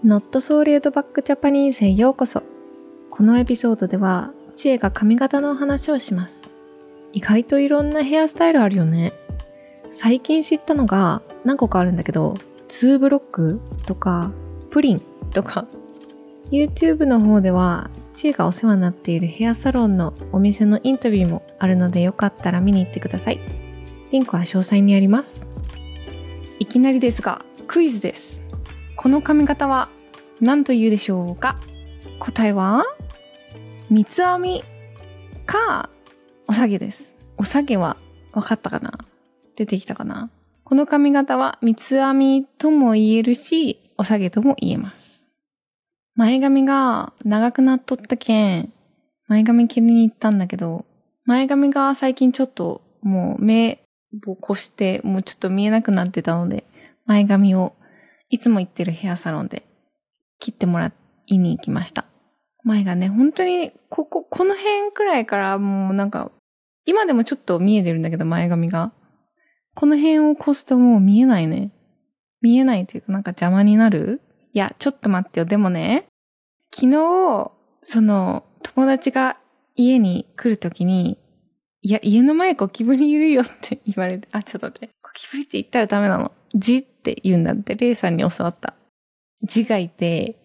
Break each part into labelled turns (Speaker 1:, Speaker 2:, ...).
Speaker 1: Not So Laid Back Japanese へようこそ。このエピソードでは知恵が髪型の話をします。意外といろんなヘアスタイルあるよね。最近知ったのが何個かあるんだけど、2ブロックとかプリンとか YouTube の方では知恵がお世話になっているヘアサロンのお店のインタビューもあるので、よかったら見に行ってください。リンクは詳細にあります。いきなりですがクイズです。この髪型は何と言うでしょうか？答えは三つ編みかおさげです。おさげは分かったかな？出てきたかな？この髪型は三つ編みとも言えるし、おさげとも言えます。前髪が長くなっとったけん、前髪切りに行ったんだけど、前髪が最近ちょっともう目をこしてもうちょっと見えなくなってたので、前髪をいつも行ってるヘアサロンで切ってもらいに行きました。前がね、本当にこの辺くらいからもうなんか、今でもちょっと見えてるんだけど、前髪が。この辺を越すともう見えないね。見えないというかなんか邪魔になる？いや、ちょっと待ってよ。でもね、昨日、友達が家に来るときに、いや、家の前ゴキブリいるよって言われて、ちょっと待って。ゴキブリって言ったらダメなの。ジって言うんだって、レイさんに教わった。ジがいて、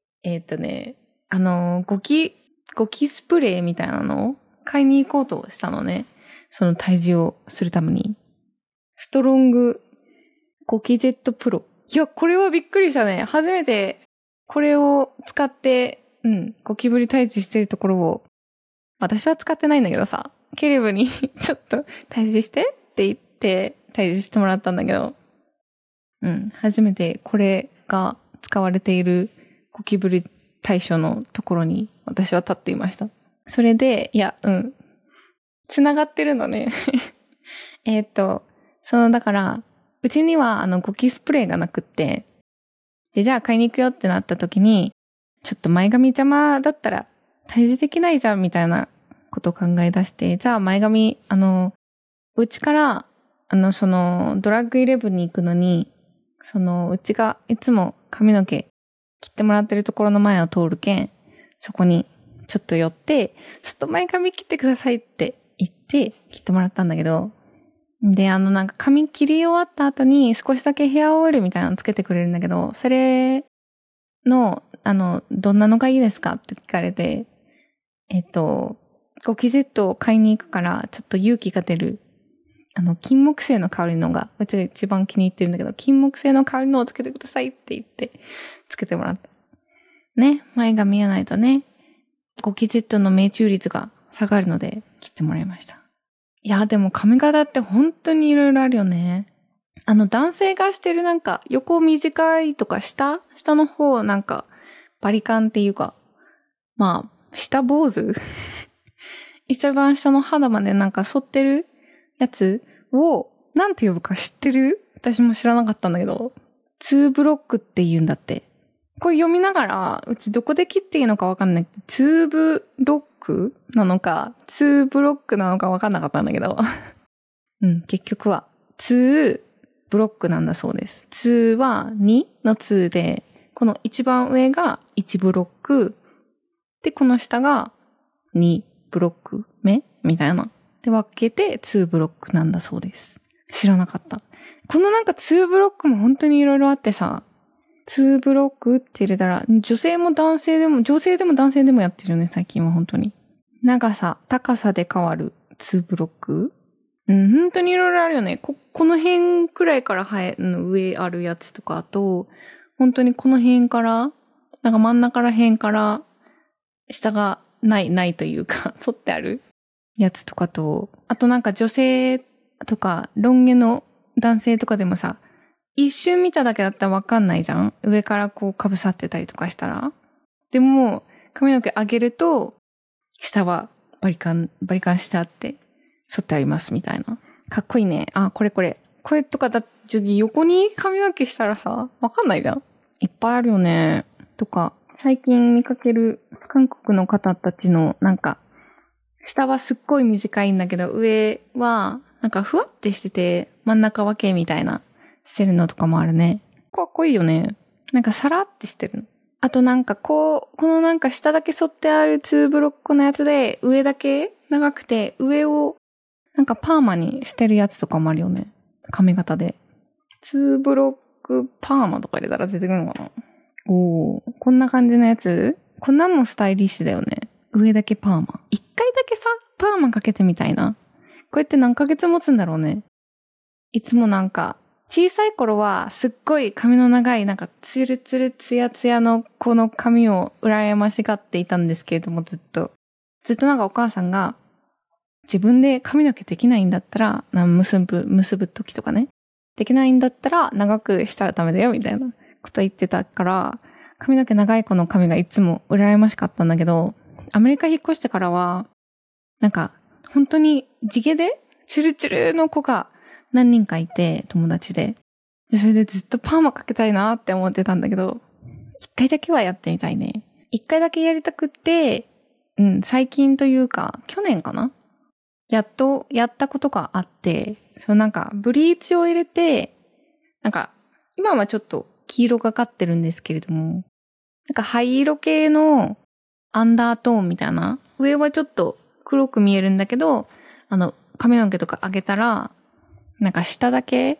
Speaker 1: ゴキスプレーみたいなのを買いに行こうとしたのね。その退治をするために。ストロングゴキジェットプロ。いや、これはびっくりしたね。初めてこれを使って、ゴキブリ退治してるところを、私は使ってないんだけどさ、ケレブにちょっと退治してって言って退治してもらったんだけど、初めてこれが使われているゴキブリ対処のところに私は立っていました。それで、繋がってるのね。だから、うちにはゴキスプレーがなくって、で、じゃあ買いに行くよってなった時に、ちょっと前髪邪魔だったら退治できないじゃんみたいなことを考え出して、じゃあ前髪、うちから、ドラッグイレブンに行くのに、うちがいつも髪の毛切ってもらってるところの前を通るけん、そこにちょっと寄って、ちょっと前髪切ってくださいって言って切ってもらったんだけど、で、なんか髪切り終わった後に少しだけヘアオイルみたいなのつけてくれるんだけど、それの、どんなのがいいですかって聞かれて、ゴキジェットを買いに行くから、ちょっと勇気が出る。金木犀の香りのが、うちが一番気に入ってるんだけど、金木犀の香りのをつけてくださいって言って、つけてもらった。ね、前が見えないとね、ゴキジェットの命中率が下がるので、切ってもらいました。いや、でも髪型って本当にいろいろあるよね。男性がしてるなんか、横短いとか下の方なんか、バリカンっていうか、下坊主一番下の肌までなんか反ってるやつを、なんて呼ぶか知ってる？私も知らなかったんだけど、2ブロックって言うんだって。これ読みながら、うちどこで切っていいのかわかんない。2ブロックなのか、2ブロックなのかわかんなかったんだけど。結局は、2ブロックなんだそうです。2は2の2で、この一番上が1ブロック、で、この下が2ブロック目みたいな。で、分けて2ブロックなんだそうです。知らなかった。このなんか2ブロックも本当にいろいろあってさ、2ブロックって入れたら、女性でも男性でもやってるよね、最近は本当に。長さ、高さで変わる2ブロック？本当にいろいろあるよね。この辺くらいから上あるやつとか、あと、本当にこの辺から、なんか真ん中ら辺から、下がないというか、反ってあるやつとかと、あとなんか女性とか、ロン毛の男性とかでもさ、一瞬見ただけだったらわかんないじゃん？上からこう被さってたりとかしたら。でも、髪の毛上げると、下はバリカンしてあって、反ってありますみたいな。かっこいいね。これとか横に髪の毛したらさ、わかんないじゃん？いっぱいあるよね。とか、最近見かける韓国の方たちのなんか、下はすっごい短いんだけど、上はなんかふわってしてて、真ん中分けみたいなしてるのとかもあるね。かっこいいよね。なんかサラってしてるの。 あとなんかこのなんか下だけ反ってある2ブロックのやつで、上だけ長くて、上をなんかパーマにしてるやつとかもあるよね。髪型で。2ブロックパーマとか入れたら出てくるのかな。おー、こんな感じのやつ。こんなんもスタイリッシュだよね。上だけパーマ。一回だけさ、パーマかけてみたいな。こうやって何ヶ月持つんだろうね。いつもなんか、小さい頃はすっごい髪の長いなんかツルツルツヤツヤのこの髪を羨ましがっていたんですけれども、ずっとなんかお母さんが自分で髪の毛できないんだったら、結ぶ時とかね。できないんだったら長くしたらダメだよみたいなこと言ってたから、髪の毛長い子の髪がいつも羨ましかったんだけど、アメリカ引っ越してからは、なんか本当に地毛でチュルチュルの子が何人かいて、友達で。それでずっとパーマかけたいなって思ってたんだけど、一回だけはやってみたいね。一回だけやりたくって、最近というか、去年かな？やっとやったことがあって、なんかブリーチを入れて、なんか今はちょっと黄色がかってるんですけれども、なんか灰色系のアンダートーンみたいな、上はちょっと黒く見えるんだけど、髪の毛とか上げたら、なんか下だけ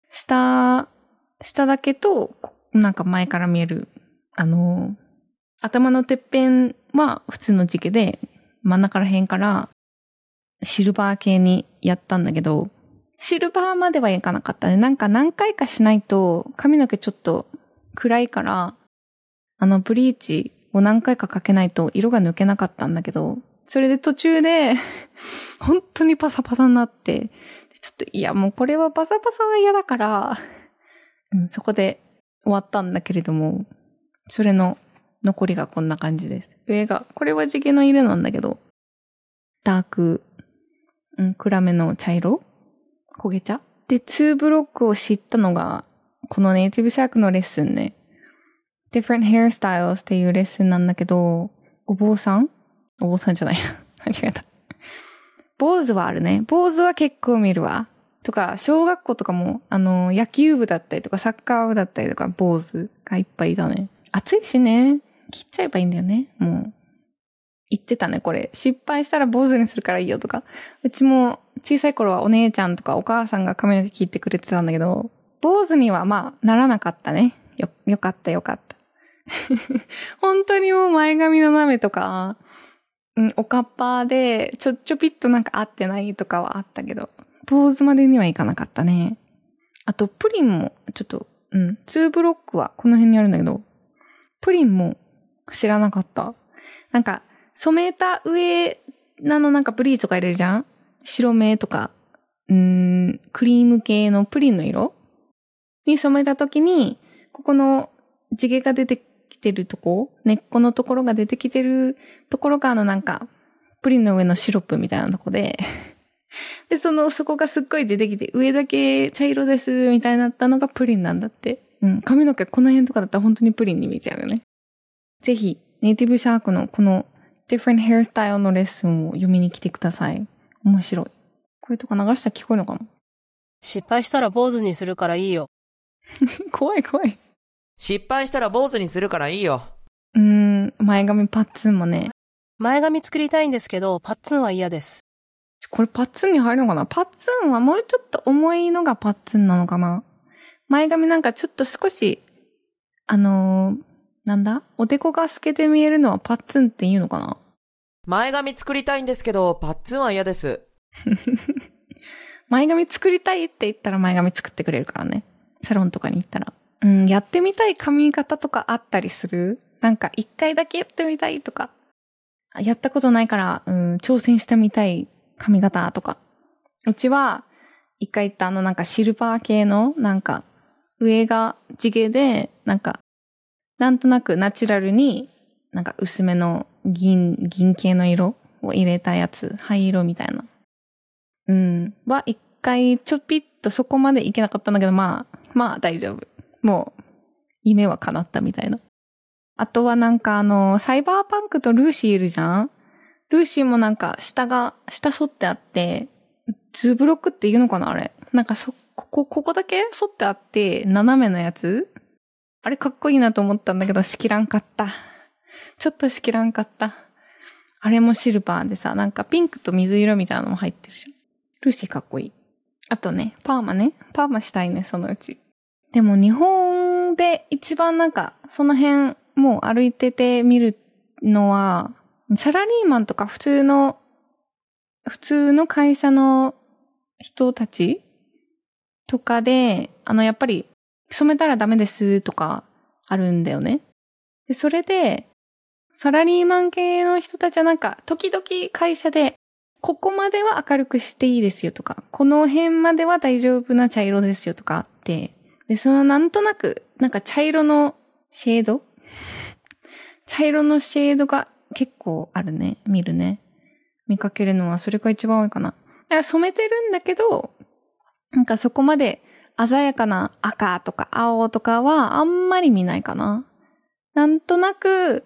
Speaker 1: と、なんか前から見える、頭のてっぺんは普通の地毛で、真ん中ら辺からシルバー系にやったんだけど、シルバーまではいかなかったね。なんか何回かしないと髪の毛ちょっと暗いから、ブリーチを何回かかけないと色が抜けなかったんだけど、それで途中で本当にパサパサになって、ちょっといやもうこれはパサパサは嫌だから、そこで終わったんだけれども、それの残りがこんな感じです。上が、これは地毛の色なんだけど、ダーク、暗めの茶色焦げ茶で、2ブロックを知ったのが、このネイティブシャークのレッスンね。different hairstyles っていうレッスンなんだけど、お坊さんじゃない。間違えた。坊主はあるね。坊主は結構見るわ。とか、小学校とかも、野球部だったりとか、サッカー部だったりとか、坊主がいっぱいいたね。暑いしね。切っちゃえばいいんだよね。もう。言ってたね、これ。失敗したら坊主にするからいいよとか。うちも小さい頃はお姉ちゃんとかお母さんが髪の毛切ってくれてたんだけど、坊主にはまあ、ならなかったね。よかった。本当にもう前髪の舐めとか、おかっぱでちょぴっとなんか合ってないとかはあったけど、坊主までにはいかなかったね。あと、プリンも、ちょっと、2ブロックはこの辺にあるんだけど、プリンも知らなかった。なんか、染めた上、なんかブリーチとか入れるじゃん？白目とか、クリーム系のプリンの色に染めた時に、ここの地毛が出てきてるとこ、根っこのところが出てきてるところがなんか、プリンの上のシロップみたいなとこで、で、そこがすっごい出てきて、上だけ茶色です、みたいになったのがプリンなんだって。髪の毛この辺とかだったら本当にプリンに見えちゃうよね。ぜひ、ネイティブシャークのこの different hairstyle のレッスンを読みに来てください。面白い。これとか流したら聞こえるのかな？
Speaker 2: 失敗したら坊主にするからいいよ。
Speaker 1: 怖い。
Speaker 3: 失敗したら坊主にするからいいよ。
Speaker 1: 前髪パッツンもね。
Speaker 2: 前髪作りたいんですけど、パッツンは嫌です。
Speaker 1: これパッツンに入るのかな？パッツンはもうちょっと重いのがパッツンなのかな？前髪なんかちょっと少し、なんだ？おでこが透けて見えるのはパッツンって言うのかな？
Speaker 3: 前髪作りたいんですけど、パッツンは嫌です。
Speaker 1: 前髪作りたいって言ったら前髪作ってくれるからね。サロンとかに行ったら。やってみたい髪型とかあったりする？なんか一回だけやってみたいとか。やったことないから、挑戦してみたい髪型とか。うちは、一回言ったなんかシルバー系の、なんか、上が地毛で、なんか、なんとなくナチュラルに、なんか薄めの銀系の色を入れたやつ、灰色みたいな。は一回ちょぴっとそこまでいけなかったんだけど、まあ大丈夫。もう、夢は叶ったみたいな。あとはなんかサイバーパンクとルーシーいるじゃん？ルーシーもなんか下反ってあって、2ブロックって言うのかなあれ。なんかここだけ反ってあって、斜めのやつあれかっこいいなと思ったんだけど、しきらんかった。ちょっとしきらんかった。あれもシルバーでさ、なんかピンクと水色みたいなのも入ってるじゃん。ルーシーかっこいい。あとね、パーマしたいね、そのうち。でも日本で一番なんか、その辺もう歩いてて見るのは、サラリーマンとか普通の会社の人たちとかで、やっぱり染めたらダメですとかあるんだよね。で、それで、サラリーマン系の人たちはなんか、時々会社で、ここまでは明るくしていいですよとか、この辺までは大丈夫な茶色ですよとかあって、で、そのなんとなく、なんか茶色のシェードが結構あるね。見るね。見かけるのはそれが一番多いかな。だから染めてるんだけど、なんかそこまで鮮やかな赤とか青とかはあんまり見ないかな。なんとなく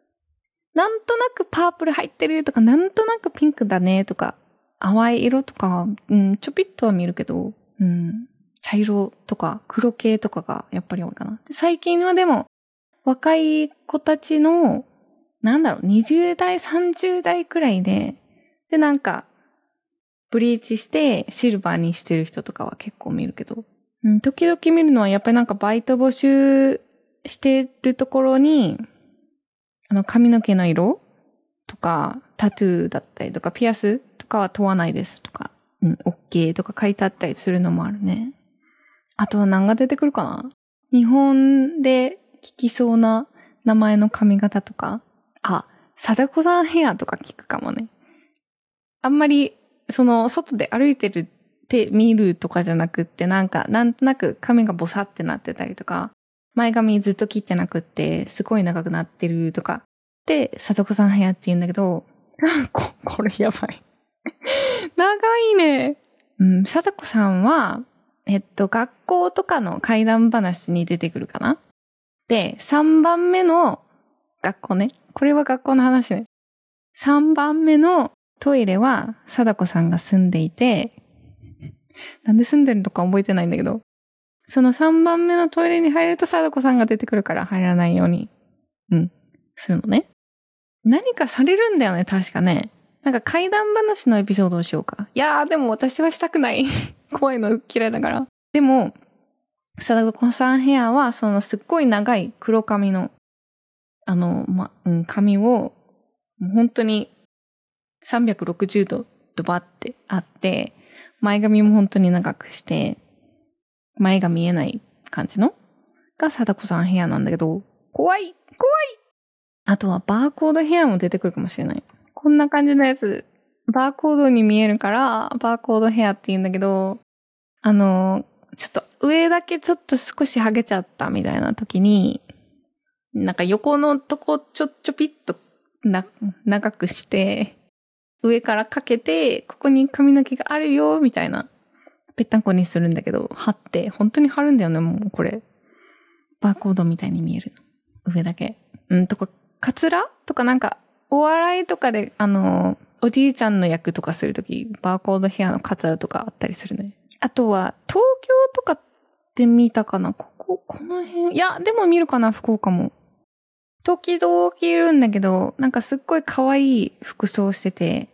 Speaker 1: パープル入ってるとか、なんとなくピンクだねとか、淡い色とか、ちょぴっとは見るけど、茶色とか黒系とかがやっぱり多いかな。で、最近はでも、若い子たちの、20代、30代くらいで、なんか、ブリーチしてシルバーにしてる人とかは結構見るけど、時々見るのはやっぱりなんかバイト募集してるところに、髪の毛の色とか、タトゥーだったりとか、ピアスとかは問わないですとか、OK とか書いてあったりするのもあるね。あとは何が出てくるかな？日本で聞きそうな名前の髪型とか、貞子さんヘアとか聞くかもね。あんまり、外で歩いてるって見るとかじゃなくって、なんとなく髪がボサってなってたりとか、前髪ずっと切ってなくって、すごい長くなってるとか、で、貞子さんヘアって言うんだけど、これやばい。長いね。貞子さんは、学校とかの怪談話に出てくるかな。で、3番目の学校ね。これは学校の話ね。3番目のトイレは貞子さんが住んでいて、なんで住んでるのか覚えてないんだけど、その3番目のトイレに入ると貞子さんが出てくるから入らないように、するのね。何かされるんだよね、確かね。なんか怪談話のエピソードをしようか。いやー、でも私はしたくない。怖いの嫌いだから。でも、貞子さんヘアは、すっごい長い黒髪の、髪を、もう本当に360度ドバってあって、前髪も本当に長くして、前が見えない感じのが貞子さんヘアなんだけど、怖い。あとはバーコードヘアも出てくるかもしれない。こんな感じのやつ、バーコードに見えるから、バーコードヘアって言うんだけど、ちょっと上だけちょっと少しハゲちゃったみたいな時に、なんか横のとこちょぴっと長くして、上からかけて、ここに髪の毛があるよ、みたいな。ぺったんこにするんだけど、貼って、本当に貼るんだよね、もうこれ。バーコードみたいに見えるの。上だけ。とか、カツラとかなんか、お笑いとかで、おじいちゃんの役とかするとき、バーコードヘアのカツラとかあったりするね。あとは、東京とかって見たかな？この辺。いや、でも見るかな、福岡も。時々いるんだけど、なんかすっごい可愛い服装してて、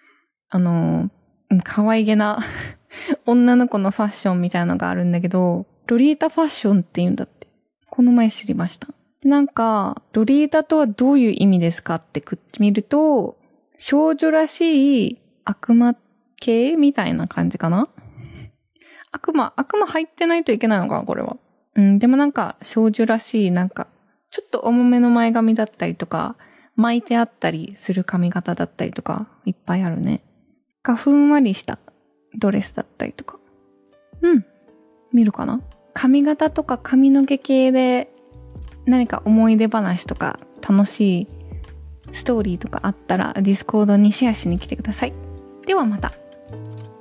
Speaker 1: 可愛げな女の子のファッションみたいなのがあるんだけど、ロリータファッションって言うんだって。この前知りました。なんか、ロリータとはどういう意味ですかって見ると、少女らしい悪魔系みたいな感じかな？悪魔入ってないといけないのかな、これは。でもなんか少女らしい、なんか、ちょっと重めの前髪だったりとか、巻いてあったりする髪型だったりとか、いっぱいあるね。ふんわりしたドレスだったりとか。見るかな？髪型とか髪の毛系で何か思い出話とか楽しいストーリーとかあったらディスコードにシェアしに来てください。ではまた。